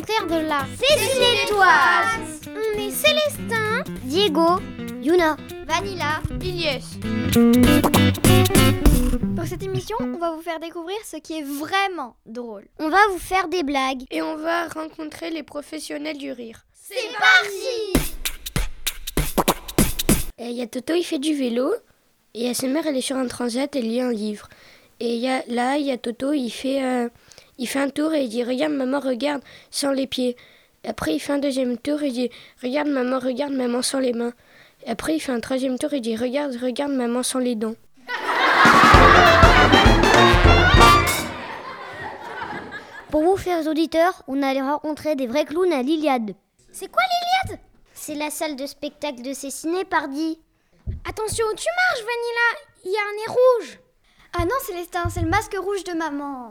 supplémentaire de la Cécinétoise. On est Célestin, Diego, Yuna, Vanilla, Ilyes. Pour cette émission, on va vous faire découvrir ce qui est vraiment drôle. on va vous faire des blagues. Et on va rencontrer les professionnels du rire. C'est parti! Il y a Toto, il fait du vélo. Et il y a sa mère, elle est sur un transat, elle lit un livre. Et il y a Toto, il fait un tour et il dit « Regarde maman, regarde, sans les pieds ». Après, il fait un deuxième tour et il dit « Regarde maman, sans les mains ». Et après, il fait un troisième tour et il dit « Regarde maman, sans les dents ». Pour vous, chers auditeurs, on allait rencontrer des vrais clowns à l'Iliade. C'est quoi l'Iliade? C'est la salle de spectacle de Céciné, pardi. Attention où tu marches, Vanilla, il y a un nez rouge. Ah non, Célestin, c'est le masque rouge de maman.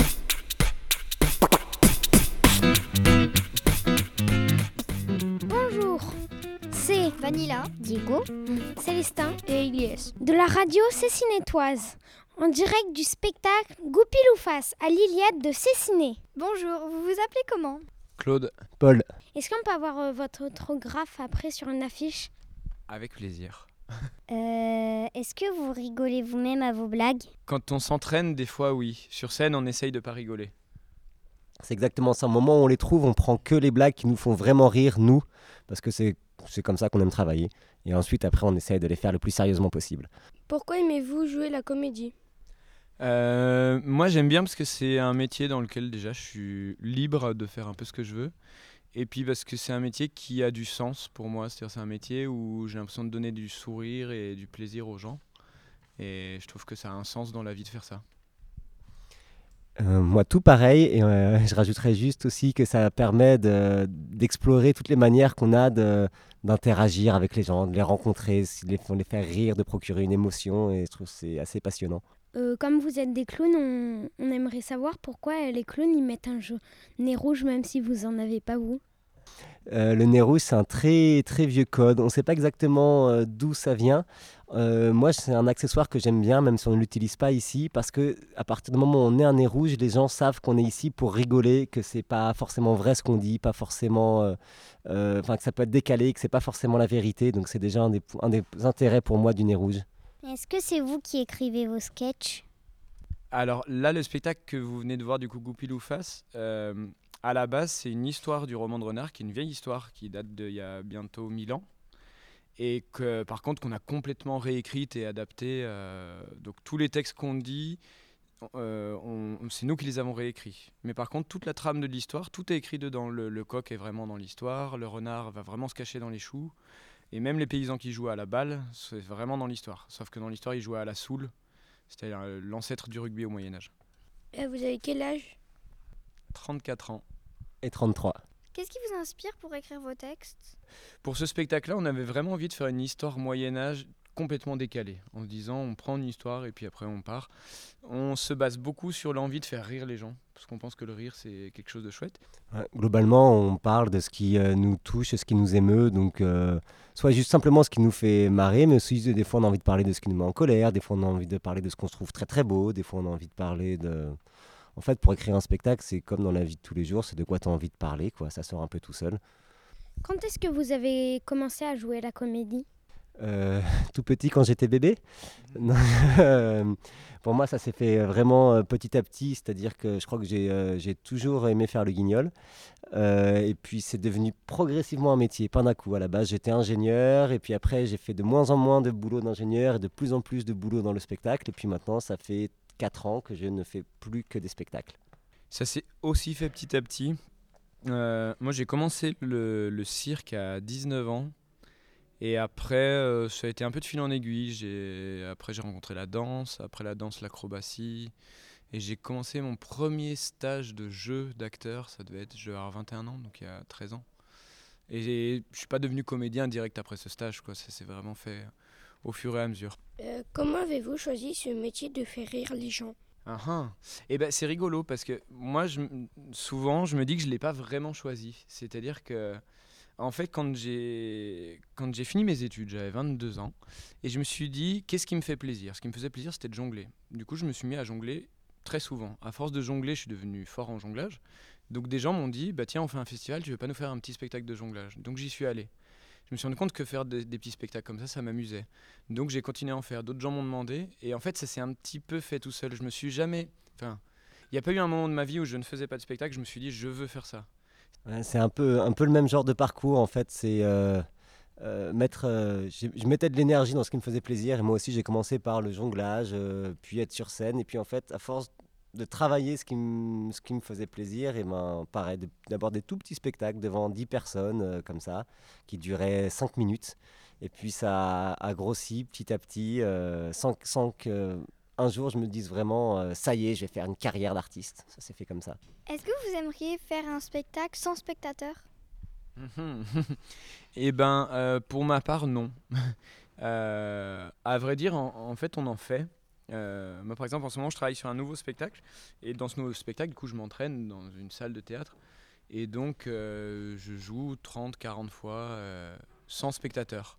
Bonjour, c'est Vanilla, Diego, Célestin et Ilyes de la radio Cécinétoise, en direct du spectacle Goupil-ou-Face à l'Iliade de Céciné. bonjour, vous vous appelez comment? Claude. Paul. Est-ce qu'on peut avoir votre autographe après sur une affiche? Avec plaisir. est-ce que vous rigolez vous-même à vos blagues? Quand on s'entraîne, des fois, oui. Sur scène, on essaye de pas rigoler. C'est exactement ça. Au moment où on les trouve, on prend que les blagues qui nous font vraiment rire, nous, parce que c'est comme ça qu'on aime travailler. Et ensuite, après, on essaye de les faire le plus sérieusement possible. Pourquoi aimez-vous jouer la comédie ? Moi, j'aime bien parce que c'est un métier dans lequel, déjà, je suis libre de faire un peu ce que je veux. Et puis parce que c'est un métier qui a du sens pour moi. C'est-à-dire c'est un métier où j'ai l'impression de donner du sourire et du plaisir aux gens. Et je trouve que ça a un sens dans la vie de faire ça. Moi, tout pareil. Et je rajouterais juste aussi que ça permet d'explorer toutes les manières qu'on a d'interagir avec les gens, de les rencontrer, de les faire rire, de procurer une émotion. Et je trouve que c'est assez passionnant. Comme vous êtes des clowns, on aimerait savoir pourquoi les clowns ils mettent un nez rouge même si vous en avez pas vous. Le nez rouge, c'est un très, très vieux code. On ne sait pas exactement d'où ça vient. Moi, c'est un accessoire que j'aime bien, même si on ne l'utilise pas ici, parce que à partir du moment où on est un nez rouge, les gens savent qu'on est ici pour rigoler, que c'est pas forcément vrai ce qu'on dit, pas forcément, que ça peut être décalé, que c'est pas forcément la vérité. Donc, c'est déjà un des intérêts pour moi du nez rouge. Est-ce que c'est vous qui écrivez vos sketchs? Alors là, le spectacle que vous venez de voir du coup, Goupil-ou-Face, à la base, c'est une histoire du roman de Renard, qui est une vieille histoire qui date d'il y a bientôt 1000 ans. Et que, par contre, qu'on a complètement réécrite et adaptée. Donc tous les textes qu'on dit, c'est nous qui les avons réécrits. Mais par contre, toute la trame de l'histoire, tout est écrit dedans. Le coq est vraiment dans l'histoire, le renard va vraiment se cacher dans les choux. Et même les paysans qui jouent à la balle, c'est vraiment dans l'histoire. Sauf que dans l'histoire, ils jouaient à la soule, c'est-à-dire l'ancêtre du rugby au Moyen-Âge. Vous avez quel âge ? 34 ans. Et 33. Qu'est-ce qui vous inspire pour écrire vos textes? Pour ce spectacle-là, on avait vraiment envie de faire une histoire Moyen-Âge complètement décalée, en se disant on prend une histoire et puis après on part. On se base beaucoup sur l'envie de faire rire les gens, parce qu'on pense que le rire c'est quelque chose de chouette. Ouais, globalement, on parle de ce qui nous touche, ce qui nous émeut, donc soit juste simplement ce qui nous fait marrer, mais aussi des fois on a envie de parler de ce qui nous met en colère, des fois on a envie de parler de ce qu'on se trouve très très beau, des fois on a envie de parler de... En fait, pour écrire un spectacle, c'est comme dans la vie de tous les jours, c'est de quoi tu as envie de parler, quoi. Ça sort un peu tout seul. Quand est-ce que vous avez commencé à jouer la comédie ? Tout petit, quand j'étais bébé. Non, pour moi, ça s'est fait vraiment petit à petit, c'est-à-dire que je crois que j'ai toujours aimé faire le guignol. Et puis, c'est devenu progressivement un métier, pas d'un coup. À la base, j'étais ingénieur, et puis après, j'ai fait de moins en moins de boulot d'ingénieur et de plus en plus de boulot dans le spectacle. Et puis maintenant, ça fait 4 ans que je ne fais plus que des spectacles. Ça s'est aussi fait petit à petit. Moi, j'ai commencé le cirque à 19 ans. Et après, ça a été un peu de fil en aiguille. Après, j'ai rencontré la danse. Après la danse, l'acrobatie. Et j'ai commencé mon premier stage de jeu d'acteur. Ça devait être, je devais avoir 21 ans, donc il y a 13 ans. Et je ne suis pas devenu comédien direct après ce stage, quoi. Ça s'est vraiment fait au fur et à mesure. Comment avez-vous choisi ce métier de faire rire les gens ? Et ben c'est rigolo parce que moi souvent je me dis que je l'ai pas vraiment choisi. C'est-à-dire que en fait quand j'ai fini mes études, j'avais 22 ans et je me suis dit qu'est-ce qui me fait plaisir ? Ce qui me faisait plaisir c'était de jongler. Du coup je me suis mis à jongler très souvent. À force de jongler, je suis devenu fort en jonglage. Donc des gens m'ont dit, bah tiens, on fait un festival, tu veux pas nous faire un petit spectacle de jonglage? Donc j'y suis allé. Je me suis rendu compte que faire des petits spectacles comme ça m'amusait. Donc j'ai continué à en faire. D'autres gens m'ont demandé. Et en fait, ça s'est un petit peu fait tout seul. Je me suis jamais... Enfin, il n'y a pas eu un moment de ma vie où je ne faisais pas de spectacle. Je me suis dit, je veux faire ça. Ouais, c'est un peu le même genre de parcours en fait. C'est je mettais de l'énergie dans ce qui me faisait plaisir. Et moi aussi, j'ai commencé par le jonglage, puis être sur scène. Et puis en fait, à force de travailler ce qui me faisait plaisir, et ben, pareil, d'avoir des tout petits spectacles devant 10 personnes comme ça, qui duraient 5 minutes. Et puis ça a grossi petit à petit, sans que un jour je me dise vraiment, ça y est, je vais faire une carrière d'artiste. Ça s'est fait comme ça. Est-ce que vous aimeriez faire un spectacle sans spectateurs? Eh ben, pour ma part, non. À vrai dire, en fait, on en fait. Moi, par exemple, en ce moment, je travaille sur un nouveau spectacle. Et dans ce nouveau spectacle, du coup, je m'entraîne dans une salle de théâtre. Et donc, je joue 30-40 fois sans spectateur.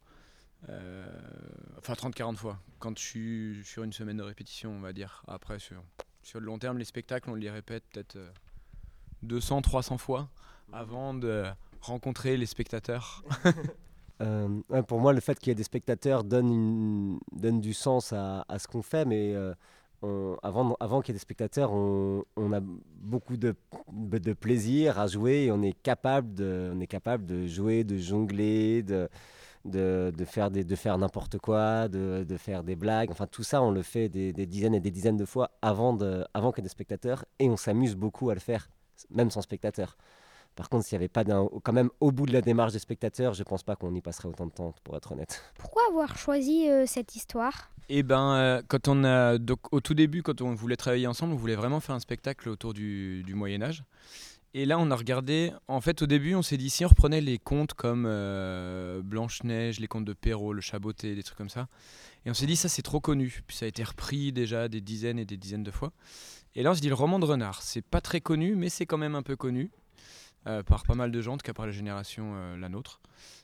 Enfin, 30-40 fois. Quand je suis sur une semaine de répétition, on va dire. Après, sur le long terme, les spectacles, on les répète peut-être 200-300 fois avant de rencontrer les spectateurs. Ouais, pour moi, le fait qu'il y ait des spectateurs donne du sens à ce qu'on fait, mais avant qu'il y ait des spectateurs, on a beaucoup de plaisir à jouer, et on est capable de jouer, de jongler, de faire n'importe quoi, de faire des blagues. Enfin, tout ça, on le fait des dizaines et des dizaines de fois avant qu'il y ait des spectateurs, et on s'amuse beaucoup à le faire, même sans spectateurs. Par contre, s'il n'y avait pas quand même au bout de la démarche des spectateurs, je ne pense pas qu'on y passerait autant de temps, pour être honnête. Pourquoi avoir choisi cette histoire? Eh ben, au tout début, quand on voulait travailler ensemble, on voulait vraiment faire un spectacle autour du Moyen-Âge. Et là, on a regardé. En fait, au début, on s'est dit, si on reprenait les contes comme Blanche-Neige, les contes de Perrault, le Chaboté, des trucs comme ça. Et on s'est dit, ça, c'est trop connu. Puis ça a été repris déjà des dizaines et des dizaines de fois. Et là, on s'est dit, le roman de renard, c'est pas très connu, mais c'est quand même un peu connu. Par pas mal de gens, en tout cas par la génération la nôtre.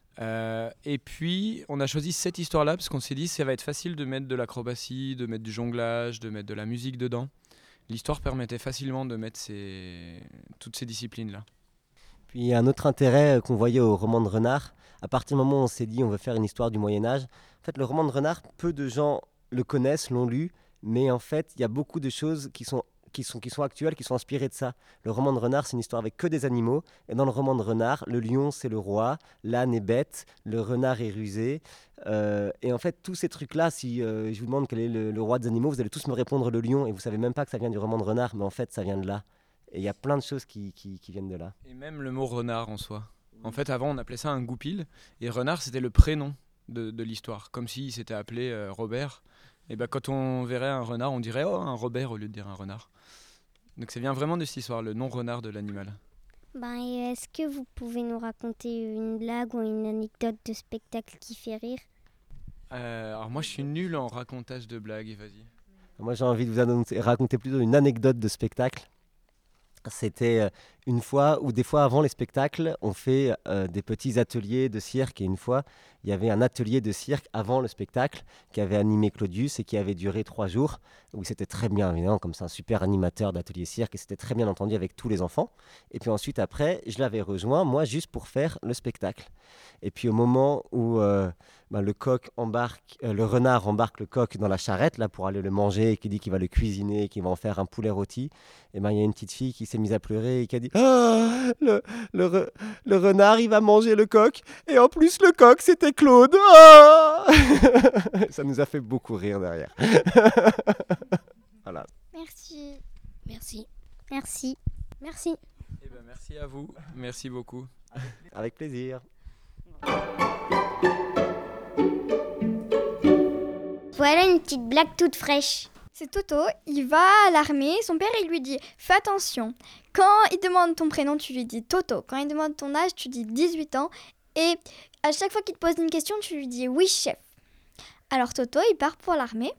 Et puis, on a choisi cette histoire-là parce qu'on s'est dit ça va être facile de mettre de l'acrobatie, de mettre du jonglage, de mettre de la musique dedans. L'histoire permettait facilement de mettre toutes ces disciplines-là. Puis il y a un autre intérêt qu'on voyait au roman de renard. À partir du moment où on s'est dit on veut faire une histoire du Moyen-Âge, en fait, le roman de renard, peu de gens le connaissent, l'ont lu, mais en fait, il y a beaucoup de choses qui sont actuelles, qui sont inspirées de ça. Le roman de renard, c'est une histoire avec que des animaux. Et dans le roman de renard, le lion, c'est le roi, l'âne est bête, le renard est rusé. Et en fait, tous ces trucs-là, si je vous demande quel est le roi des animaux, vous allez tous me répondre le lion. Et vous savez même pas que ça vient du roman de renard, mais en fait, ça vient de là. Et il y a plein de choses qui viennent de là. Et même le mot renard en soi. En fait, avant, on appelait ça un goupil. Et renard, c'était le prénom de l'histoire. Comme s'il s'était appelé Robert. Et ben, quand on verrait un renard, on dirait « Oh, un Robert » au lieu de dire un renard. Donc ça vient vraiment de cette histoire, le nom renard de l'animal. Et est-ce que vous pouvez nous raconter une blague ou une anecdote de spectacle qui fait rire? Alors moi, je suis nul en racontage de blagues, vas-y. Moi, j'ai envie de vous raconter plutôt une anecdote de spectacle. C'était une fois, ou des fois avant les spectacles, on fait des petits ateliers de cirque. Et une fois, il y avait un atelier de cirque avant le spectacle qui avait animé Claudius et qui avait duré 3 jours, où c'était très bien, évidemment, comme c'est un super animateur d'atelier cirque, et c'était très bien entendu avec tous les enfants. Et puis ensuite, après, je l'avais rejoint, moi, juste pour faire le spectacle. Et puis au moment où le renard embarque le coq dans la charrette là, pour aller le manger, et qui dit qu'il va le cuisiner, et qu'il va en faire un poulet rôti, et il y a une petite fille qui s'est mise à pleurer et qui a dit « Ah, le renard, il va manger le coq, et en plus le coq, c'était Claude. Ah !» Ça nous a fait beaucoup rire derrière. Voilà. Merci. Merci. Merci. Merci. Eh ben, merci à vous, merci beaucoup. Avec plaisir. Voilà une petite blague toute fraîche. C'est Toto, il va à l'armée, son père il lui dit « Fais attention, quand il demande ton prénom, tu lui dis Toto. Quand il demande ton âge, tu dis 18 ans. Et à chaque fois qu'il te pose une question, tu lui dis oui chef. » Alors Toto, il part pour l'armée.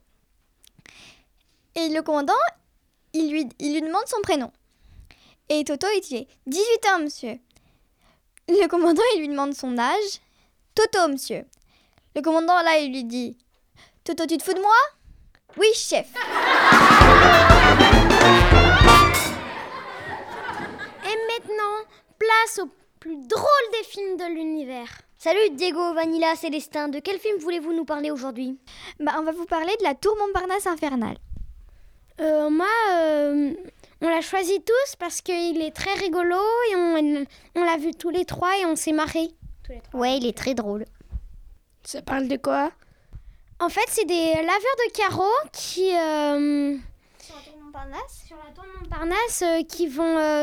Et le commandant, il lui demande son prénom. Et Toto, il dit 18 ans, monsieur. Le commandant, il lui demande son âge. Toto, monsieur. Le commandant, là, il lui dit Toto, tu te fous de moi? Oui, chef. Et place au plus drôle des films de l'univers. Salut Diego, Vanilla, Célestin. De quel film voulez-vous nous parler aujourd'hui? On va vous parler de la tour Montparnasse infernale. Moi, on l'a choisi tous parce qu'il est très rigolo et on l'a vu tous les trois et on s'est marrés. Ouais, il est très drôle. Ça parle de quoi? En fait, c'est des laveurs de carreaux qui... Sur la tour Montparnasse? Sur la tour Montparnasse qui vont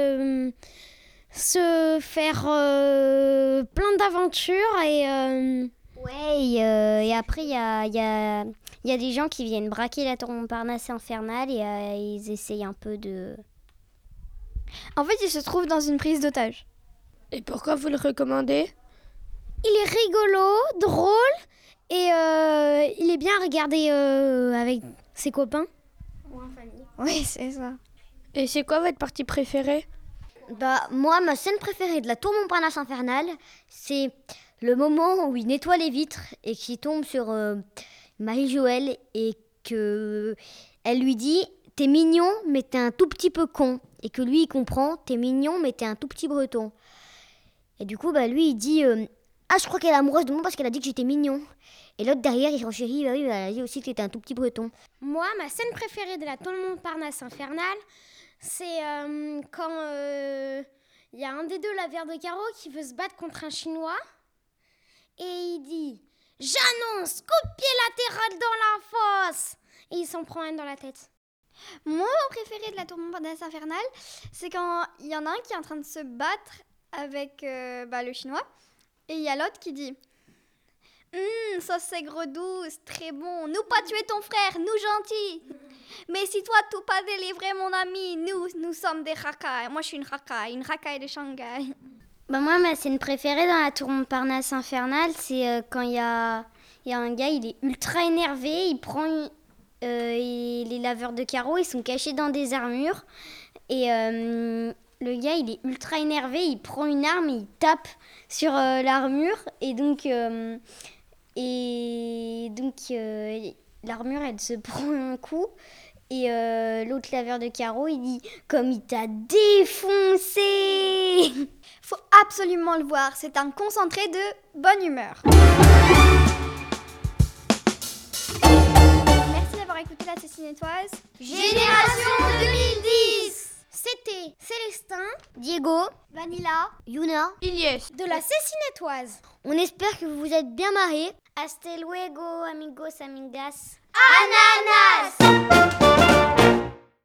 se faire plein d'aventures et... Ouais, et après, il y a des gens qui viennent braquer la tour Montparnasse infernale et ils essayent un peu de... En fait, il se trouve dans une prise d'otage. Et pourquoi vous le recommandez? Il est rigolo, drôle et il est bien à regarder avec ses copains. Ou en famille. Oui, c'est ça. Et c'est quoi votre partie préférée? Moi, ma scène préférée de la tour Montparnasse infernale, c'est le moment où il nettoie les vitres et qu'il tombe sur Marie-Joëlle et que elle lui dit « T'es mignon, mais t'es un tout petit peu con ». Et que lui, il comprend « T'es mignon, mais t'es un tout petit breton ». Et du coup, lui, il dit « Ah, je crois qu'elle est amoureuse de moi parce qu'elle a dit que j'étais mignon ». Et l'autre derrière, il renchérit « Bah oui, elle a dit aussi que t'étais un tout petit breton ». Moi, ma scène préférée de la tour Montparnasse infernale, c'est quand y a un des deux laveurs de carreaux qui veut se battre contre un Chinois. Et il dit « J'annonce, coup de pied latéral dans la fosse !» Et il s'en prend un dans la tête. Mon préféré de la tour Montparnasse infernale, c'est quand il y en a un qui est en train de se battre avec le Chinois. Et il y a l'autre qui dit sauce aigre douce, très bon. Nous pas tuer ton frère, nous gentils. Mais si toi tout pas délivré mon ami, nous sommes des racailles. Moi je suis une racaille de Shanghai. Moi, ma scène préférée dans la tour Montparnasse infernale, c'est quand il y a un gars, il est ultra énervé, il prend les laveurs de carreaux, ils sont cachés dans des armures. Et le gars, il est ultra énervé, il prend une arme et il tape sur l'armure. Et donc l'armure, elle se prend un coup. Et l'autre laveur de carreaux, il dit « Comme il t'a défoncé !» Faut absolument le voir, c'est un concentré de bonne humeur. Merci d'avoir écouté la Cécinétoise. Génération 2010. C'était Célestin, Diego, Vanilla, Yuna, Ilyes. de la Cécinétoise. on espère que vous vous êtes bien marrés. Hasta luego, amigos, amigas. Ananas.